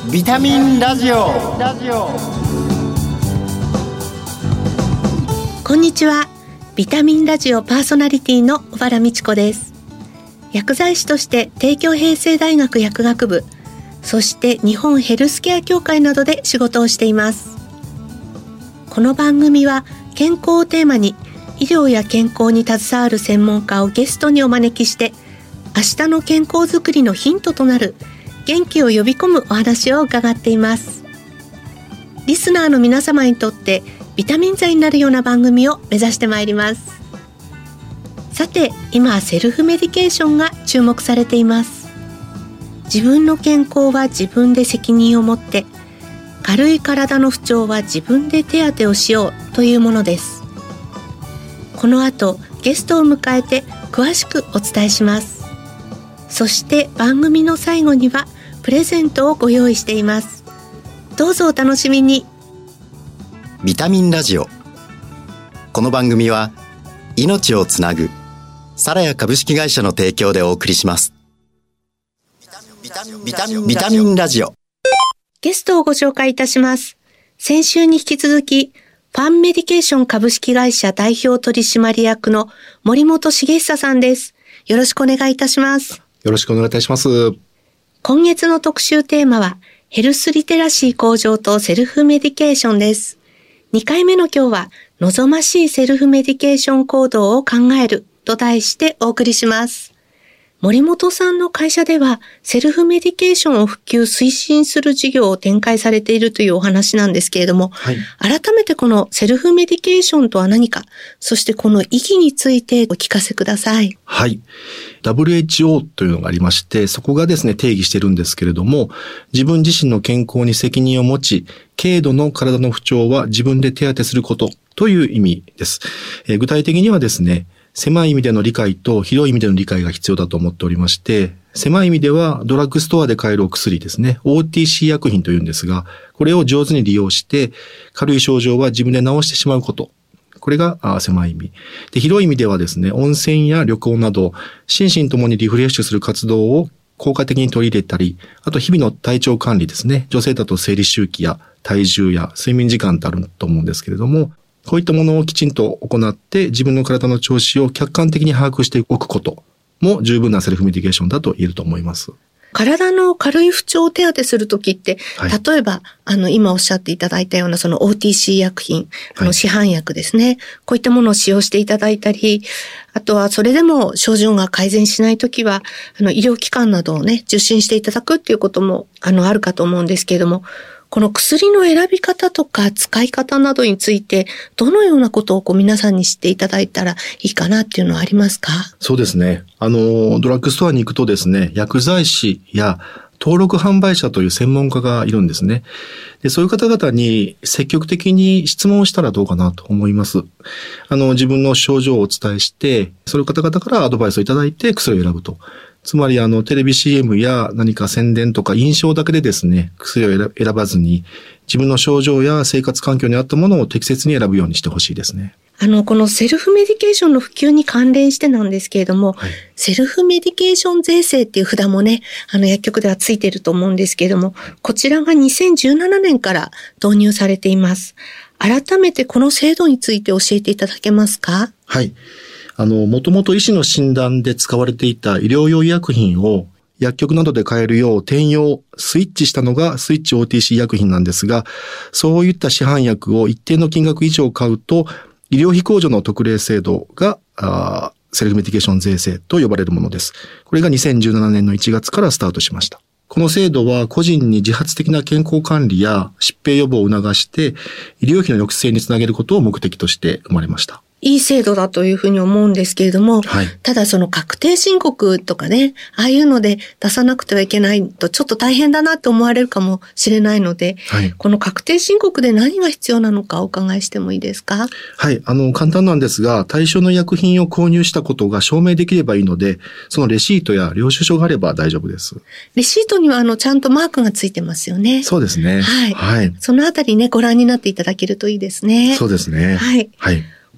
ビタミンラジオ。 こんにちは。ビタミンラジオパーソナリティの小原美智子です。薬剤師として帝京平成大学薬学部、そして日本ヘルスケア協会などで仕事をしています。この番組は健康をテーマに、医療や健康に携わる専門家をゲストにお招きして、明日の健康づくりのヒントとなる元気を呼び込むお話を伺っています。リスナーの皆様にとってビタミン剤になるような番組を目指してまいります。さて、今セルフメディケーションが注目されています。自分の健康は自分で責任を持って、軽い体の不調は自分で手当てをしようというものです。この後ゲストを迎えて詳しくお伝えします。そして番組の最後にはプレゼントをご用意しています。どうぞお楽しみに。 ビタミンラジオ。この番組は命をつなぐサラヤ株式会社の提供でお送りします。ビタミンラジオ。 ゲストをご紹介いたします。先週に引き続きファンメディケーション株式会社代表取締役の森本茂久さんです。よろしくお願いいたします。 よろしくお願いいたします。 今月の特集テーマはヘルスリテラシー向上とセルフメディケーションです。2回目の今日は望ましいセルフメディケーション行動を考えると題してお送りします。森本さんの会社ではセルフメディケーションを普及推進する事業を展開されているというお話なんですけれども、はい、改めてこのセルフメディケーションとは何か、そしてこの意義についてお聞かせください。 はい。WHO というのがありまして、そこがですね、定義してるんですけれども、自分自身の健康に責任を持ち、軽度の体の不調は自分で手当てすることという意味です。具体的にはですね、狭い意味での理解と広い意味での理解が必要だと思っておりまして、狭い意味ではドラッグストアで買えるお薬ですね、OTC 薬品というんですが、これを上手に利用して軽い症状は自分で治してしまうこと。これが狭い意味。で、広い意味ではですね、温泉や旅行など心身ともにリフレッシュする活動を効果的に取り入れたり、あと日々の体調管理ですね。女性だと生理周期や体重や睡眠時間ってあると思うんですけれども、こういったものをきちんと行って自分の体の調子を客観的に把握しておくことも十分なセルフメディケーションだと言えると思います。 体の軽い不調を手当てするときって、はい、例えば今おっしゃっていただいたようなその OTC 薬品、市販薬ですね、こういったものを使用していただいたり、あとはそれでも症状が改善しないときは医療機関などをね受診していただくっていうこともあるかと思うんですけれども、この薬の選び方とか使い方などについてどのようなことを皆さんに知っていただいたらいいかなっていうのはありますか？ そうですね。ドラッグストアに行くとですね、薬剤師や登録販売者という専門家がいるんですね。で、そういう方々に積極的に質問をしたらどうかなと思います。自分の症状をお伝えして、そういう方々からアドバイスをいただいて薬を選ぶと。つまりテレビ CM や何か宣伝とか印象だけでですね、薬を選ばずに自分の症状や生活環境に合ったものを適切に選ぶようにしてほしいですね。 このセルフメディケーションの普及に関連してなんですけれども、はい、セルフメディケーション税制っていう札もね、薬局ではついていると思うんですけれども、こちらが2017年から導入されています。改めてこの制度について教えていただけますか？ はい。もともと医師の診断で使われていた医療用医薬品を薬局などで買えるよう転用、スイッチしたのがスイッチ OTC 薬品なんですが、そういった市販薬を一定の金額以上買うと、医療費控除の特例制度がセルフメディケーション税制と呼ばれるものです。これが2017年の1月からスタートしました。この制度は個人に自発的な健康管理や疾病予防を促して医療費の抑制につなげることを目的として生まれました。 いい制度だというふうに思うんですけれども、はい、ただその確定申告とかね、ああいうので出さなくてはいけないとちょっと大変だなって思われるかもしれないので、はい、この確定申告で何が必要なのかお伺いしてもいいですか？ はい、簡単なんですが、対象の薬品を購入したことが証明できればいいので、そのレシートや領収書があれば大丈夫です。 レシートにはちゃんとマークがついてますよね。 そうですね。 はい。はい、そのあたりね、ご覧になっていただけるといいですね。 そうですね。 はい。 はい。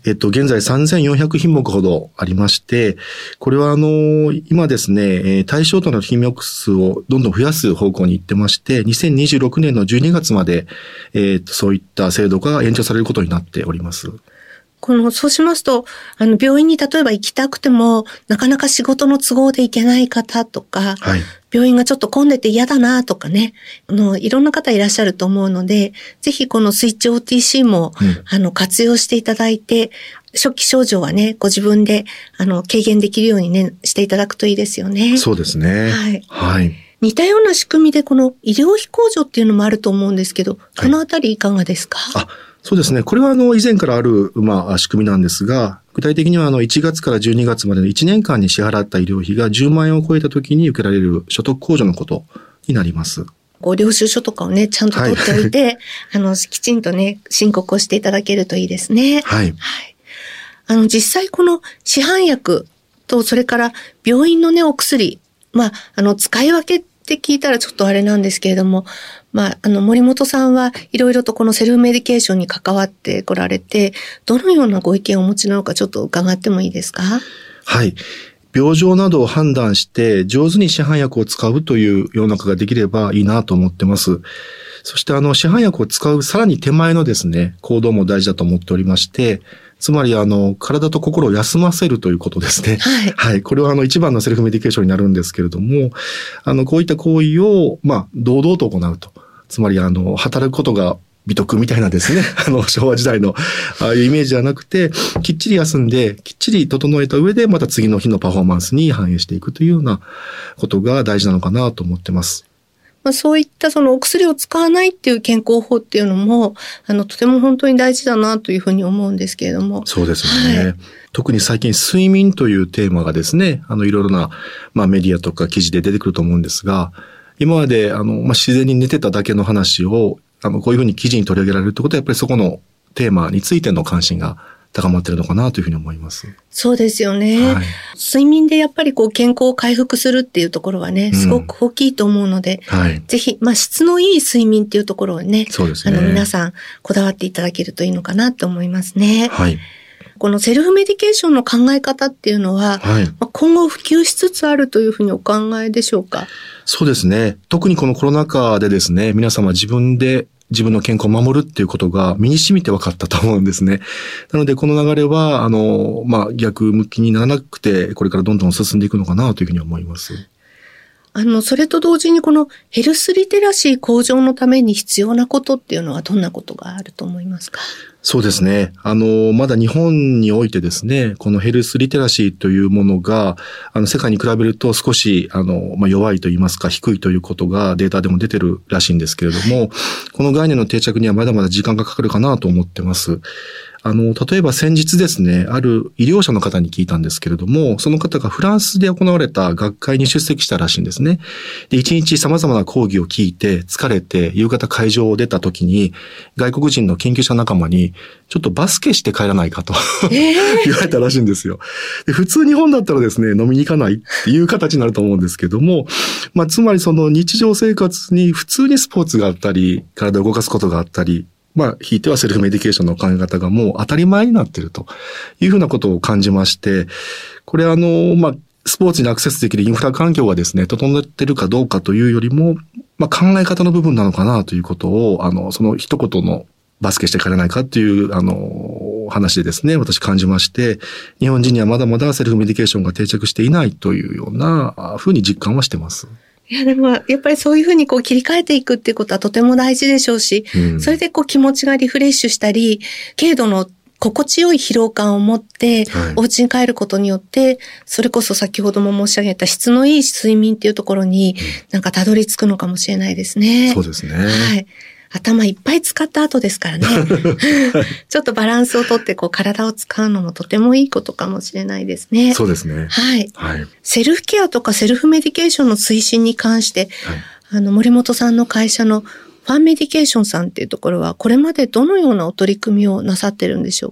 現在3400品目ほどありまして、これは今ですね、対象となる品目数をどんどん増やす方向に行ってまして、2026年の12月まで、そういった制度が延長されることになっております。 そうしますと、病院に例えば行きたくても、なかなか仕事の都合で行けない方とか、 はい。 病院がちょっと混んでて嫌だなとかね、いろんな方いらっしゃると思うので、ぜひこのスイッチ OTC も、活用していただいて、初期症状はね、ご自分で、軽減できるようにね、していただくといいですよね。 そうですね。 はい。 はい。 似たような仕組みで、この医療費控除っていうのもあると思うんですけど、このあたりいかがですか？ そうですね。これは以前からある、仕組みなんですが、具体的には1月から12月までの1年間に支払った医療費が10万円を超えた時に受けられる所得控除のことになります。 領収書とかをね、ちゃんと取っておいて、きちんとね、申告をしていただけるといいですね。 はい。 はい。実際この市販薬と、それから病院のね、お薬、使い分けって聞いたらちょっとあれなんですけれども、森本さんはいろいろとこのセルフメディケーションに関わってこられて、どのようなご意見をお持ちなのかちょっと伺ってもいいですか？ はい。病状などを判断して上手に市販薬を使うという世の中ができればいいなと思ってます。そして市販薬を使うさらに手前のですね、行動も大事だと思っておりまして、つまり体と心を休ませるということですね。 はい。 はい。これは一番のセルフメディケーションになるんですけれども、こういった行為を、堂々と行うと。つまり働くことが美徳みたいなですね、昭和時代のああいうイメージじゃなくて、きっちり休んで、きっちり整えた上で、また次の日のパフォーマンスに反映していくというようなことが大事なのかなと思ってます。 そういったお薬を使わないっていう健康法っていうのも、とても本当に大事だなというふうに思うんですけれども。 そうですね。はい、特に最近睡眠というテーマがですね、いろいろな、メディアとか記事で出てくると思うんですが、今まで、自然に寝てただけの話を、こういうふうに記事に取り上げられるってことは、やっぱりそこのテーマについての関心が高まっているのかなというふうに思います。 そうですよね。はい、睡眠でやっぱり健康を回復するっていうところはね、すごく大きいと思うので、はい、ぜひ、質のいい睡眠っていうところをね、 そうですね。 皆さんこだわっていただけるといいのかなと思いますね。 はい。 このセルフメディケーションの考え方っていうのは、はい、今後普及しつつあるというふうにお考えでしょうか？ そうですね。特にこのコロナ禍でですね、皆様自分で自分の健康を守るっていうことが身に染みて分かったと思うんですね。なのでこの流れは、逆向きにならなくて、これからどんどん進んでいくのかなというふうに思います。 それと同時にこのヘルスリテラシー向上のために必要なことっていうのはどんなことがあると思いますか？ そうですね。まだ日本においてですね、このヘルスリテラシーというものが、世界に比べると少し、弱いと言いますか、低いということがデータでも出てるらしいんですけれども、この概念の定着にはまだまだ時間がかかるかなと思ってます。例えば先日ですね、ある医療者の方に聞いたんですけれども、その方がフランスで行われた学会に出席したらしいんですね。で、一日様々な講義を聞いて、疲れて、夕方会場を出た時に、外国人の研究者仲間に、ちょっとバスケして帰らないかと言われたらしいんですよ。で、普通日本だったらですね、飲みに行かないっていう形になると思うんですけども、つまりその日常生活に普通にスポーツがあったり、体を動かすことがあったり、ひいてはセルフメディケーションの考え方がもう当たり前になっているというふうなことを感じまして、これスポーツにアクセスできるインフラ環境がですね、整っているかどうかというよりも、考え方の部分なのかなということを、その一言のバスケして帰らないかっていう、話でですね、私感じまして、日本人にはまだまだセルフメディケーションが定着していないというようなふうに実感はしてます。 いやでもやっぱりそういうふうに切り替えていくっていうことはとても大事でしょうし、それで気持ちがリフレッシュしたり、軽度の心地よい疲労感を持って、お家に帰ることによって、それこそ先ほども申し上げた質のいい睡眠っていうところにたどり着くのかもしれないですね。 そうですね。 はい。頭いっぱい使った後ですからね。ちょっとバランスをとって体を使うのもとてもいいことかもしれないですね。 そうですね。 はい。セルフケアとかセルフメディケーションの推進に関して、森本さんの会社のファンメディケーションさんっていうところは、これまでどのようなお取り組みをなさってるんでしょうか？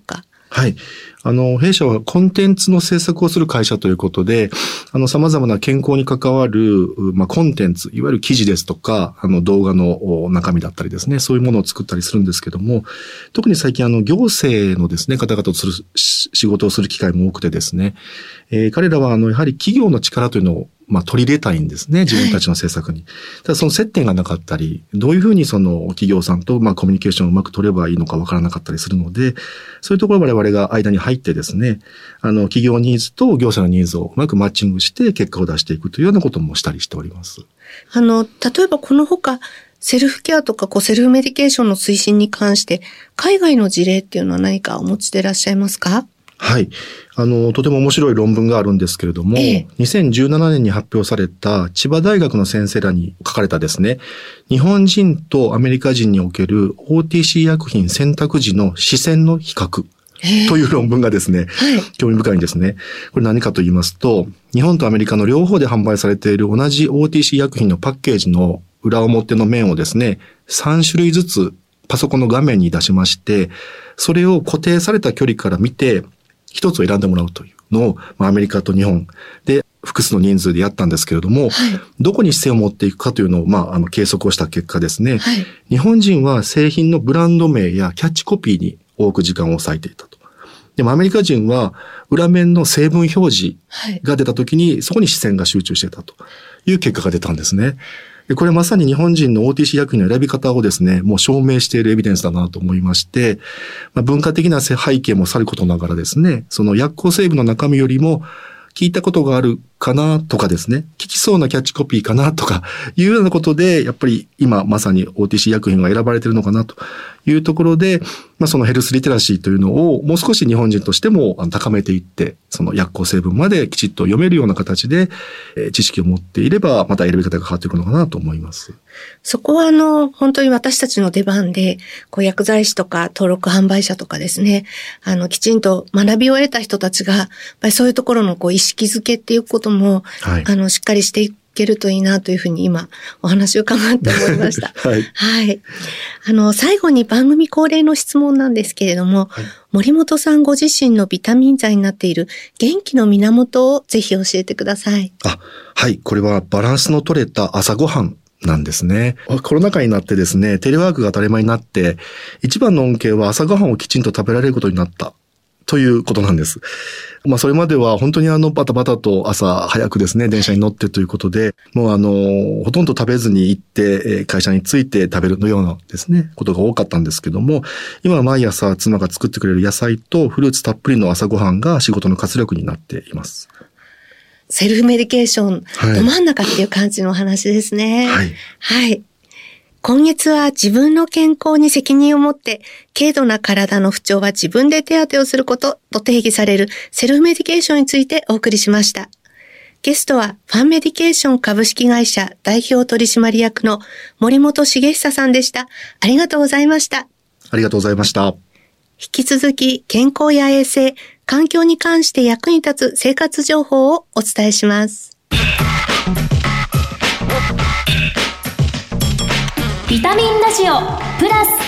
はい。弊社はコンテンツの制作をする会社ということで、様々な健康に関わる、コンテンツ、いわゆる記事ですとか、動画の中身だったりですね、そういうものを作ったりするんですけども、特に最近行政のですね、方々とする仕事をする機会も多くてですね、彼らはやはり企業の力というのを取り入れたいんですね。自分たちの政策に。ただその接点がなかったり、どういうふうにその企業さんとコミュニケーションをうまく取ればいいのかわからなかったりするので、そういうところ我々が間に入ってですね、企業ニーズと行政のニーズをうまくマッチングして結果を出していくというようなこともしたりしております。 例えばこのほか、セルフケアとかセルフメディケーションの推進に関して、海外の事例っていうのは何かお持ちでいらっしゃいますか？ はい。とても面白い論文があるんですけれども、2017年に発表された千葉大学の先生らに書かれたですね、日本人とアメリカ人における OTC 薬品選択時の視線の比較という論文がですね、興味深いんですね。これ何かと言いますと、日本とアメリカの両方で販売されている同じ OTC 薬品のパッケージの裏表の面をですね、3種類ずつパソコンの画面に出しまして、それを固定された距離から見て、一つを選んでもらうというのを、アメリカと日本で複数の人数でやったんですけれども、どこに視線を持っていくかというのを、計測をした結果ですね、日本人は製品のブランド名やキャッチコピーに多く時間を割いていたと。でもアメリカ人は裏面の成分表示が出た時にそこに視線が集中していたという結果が出たんですね。でこれまさに日本人の OTC 薬品の選び方をですね、もう証明しているエビデンスだなと思いまして、文化的な背景もさることながらですね、その薬効成分の中身よりも聞いたことがあるかなとかですね、聞きそうなキャッチコピーかなとかいうようなことで、やっぱり今まさに OTC 薬品が選ばれているのかなというところで、そのヘルスリテラシーというのをもう少し日本人としても高めていって、その薬効成分まできちっと読めるような形で知識を持っていれば、また選び方が変わっていくのかなと思います。 そこは本当に私たちの出番で、薬剤師とか登録販売者とかですね、きちんと学びを得た人たちが、やっぱりそういうところの意識づけっていうことも、しっかりしていけるといいなというふうに今お話を伺って思いました。最後に番組恒例の質問なんですけれども、森本さんご自身のビタミン剤になっている元気の源をぜひ教えてください。 はい。これはバランスの取れた朝ごはんなんですね。コロナ禍になってですね、テレワークが当たり前になって、一番の恩恵は朝ごはんをきちんと食べられることになったということなんです。それまでは本当にバタバタと朝早くですね、電車に乗ってということで、もうほとんど食べずに行って、会社に着いて食べるのようなですね、ことが多かったんですけども、今は毎朝妻が作ってくれる野菜とフルーツたっぷりの朝ごはんが仕事の活力になっています。 セルフメディケーション、ど真ん中っていう感じのお話ですね。はい。今月は自分の健康に責任を持って軽度な体の不調は自分で手当てをすることと定義されるセルフメディケーションについてお送りしました。ゲストはファンメディケーション株式会社代表取締役の森本茂久さんでした。ありがとうございました。 ありがとうございました。 引き続き健康や衛生、環境に関して役に立つ生活情報をお伝えします。 ビタミンラジオプラス。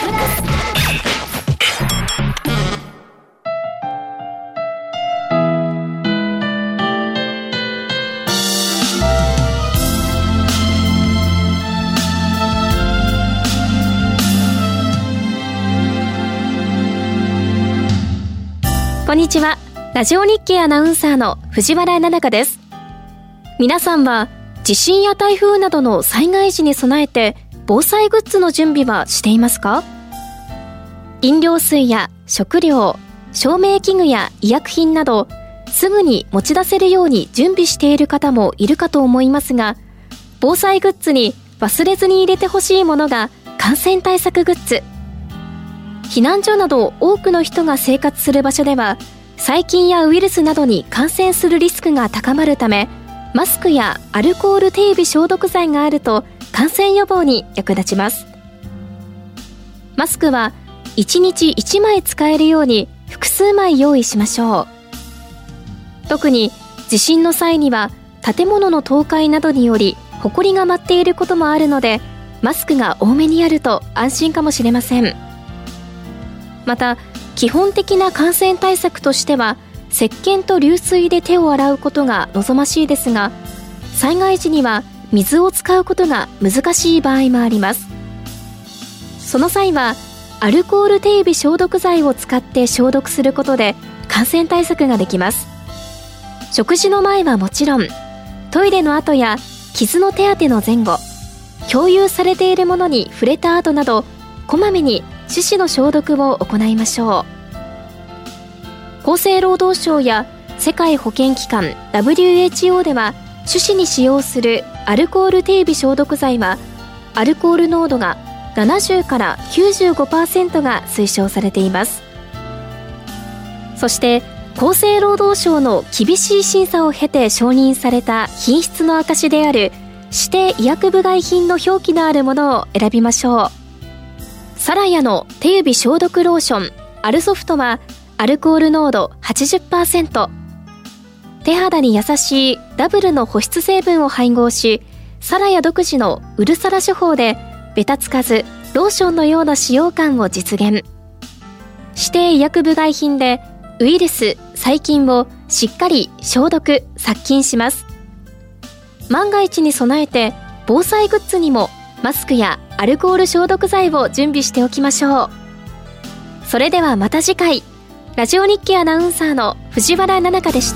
こんにちは。ラジオ日経アナウンサーの藤原奈々香です。皆さんは地震や台風などの災害時に備えて防災グッズの準備はしていますか？飲料水や食料、照明器具や医薬品などすぐに持ち出せるように準備している方もいるかと思いますが、防災グッズに忘れずに入れてほしいものが感染対策グッズ。避難所など多くの人が生活する場所では細菌やウイルスなどに感染するリスクが高まるため、マスクやアルコール手指消毒剤があると感染予防に役立ちます。マスクは1日1枚使えるように複数枚用意しましょう。特に地震の際には建物の倒壊などにより埃が舞っていることもあるので、マスクが多めにあると安心かもしれません。また基本的な感染対策としては石鹸と流水で手を洗うことが望ましいですが、災害時には水を使うことが難しい場合もあります。その際はアルコール手指消毒剤を使って消毒することで感染対策ができます。食事の前はもちろん、トイレの後や傷の手当ての前後、共有されているものに触れた後など、こまめに手指の消毒を行いましょう。厚生労働省や世界保健機関 WHO では、手指に使用するアルコール手指消毒剤はアルコール濃度が70から 95% が推奨されています。そして厚生労働省の厳しい審査を経て承認された品質の証である指定医薬部外品の表記のあるものを選びましょう。サラヤの手指消毒ローションアルソフトはアルコール濃度 80%、 手肌に優しいダブルの保湿成分を配合し、サラヤ独自のウルサラ手法でベタつかずローションのような使用感を実現。指定医薬部外品でウイルス・細菌をしっかり消毒・殺菌します。万が一に備えて防災グッズにもマスクやアルコール消毒剤を準備しておきましょう。それではまた次回。ラジオ日経アナウンサーの藤原菜々香でした。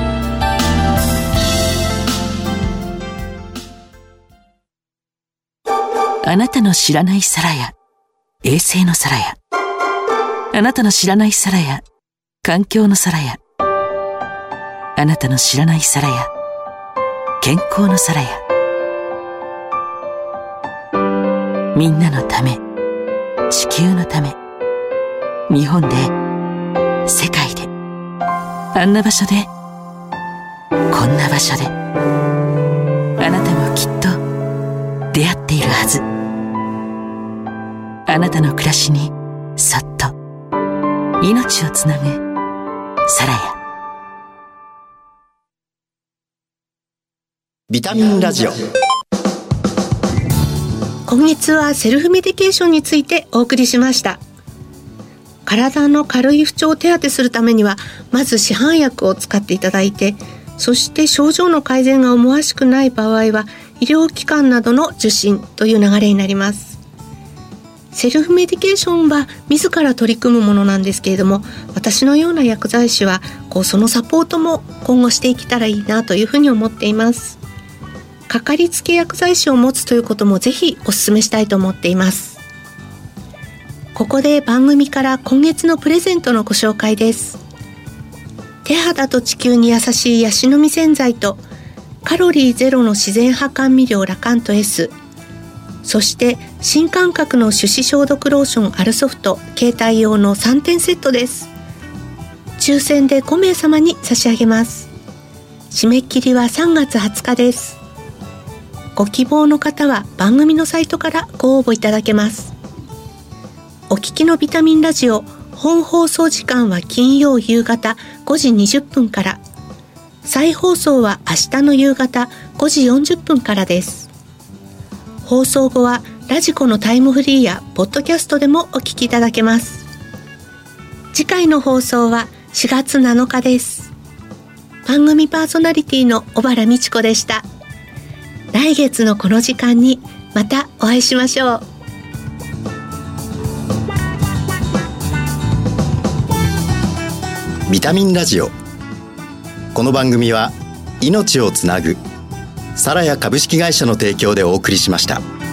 あなたの知らないサラヤ、衛生のサラヤ。あなたの知らないサラヤ、環境のサラヤ。あなたの知らないサラヤ、健康のサラヤ。みんなのため、地球のため、日本で、世界で、あんな場所で、こんな場所で、あなたもきっと出会っているはず。あなたの暮らしにそっと命をつなぐサラヤ。 ビタミンラジオ。 今月はセルフメディケーションについてお送りしました。体の軽い不調を手当てするためには、まず市販薬を使っていただいて、そして症状の改善が思わしくない場合は医療機関などの受診という流れになります。セルフメディケーションは自ら取り組むものなんですけれども、私のような薬剤師はそのサポートも今後していけたらいいなというふうに思っています。かかりつけ薬剤師を持つということもぜひお勧めしたいと思っています。ここで番組から今月のプレゼントのご紹介です。手肌と地球に優しいヤシの実洗剤とカロリーゼロの自然派甘味料ラカント S、 そして新感覚の手指消毒ローションアルソフト携帯用の3点セットです。抽選で5名様に差し上げます。締め切りは3月20日です。ご希望の方は番組のサイトからご応募いただけます。お聞きのビタミンラジオ本放送時間は金曜夕方5時20分から、再放送は明日の夕方5時40分からです。放送後はラジコのタイムフリーやポッドキャストでもお聞きいただけます。次回の放送は4月7日です。番組パーソナリティの小原美智子でした。来月のこの時間にまたお会いしましょう。 ビタミンラジオ。この番組は命をつなぐサラヤ株式会社の提供でお送りしました。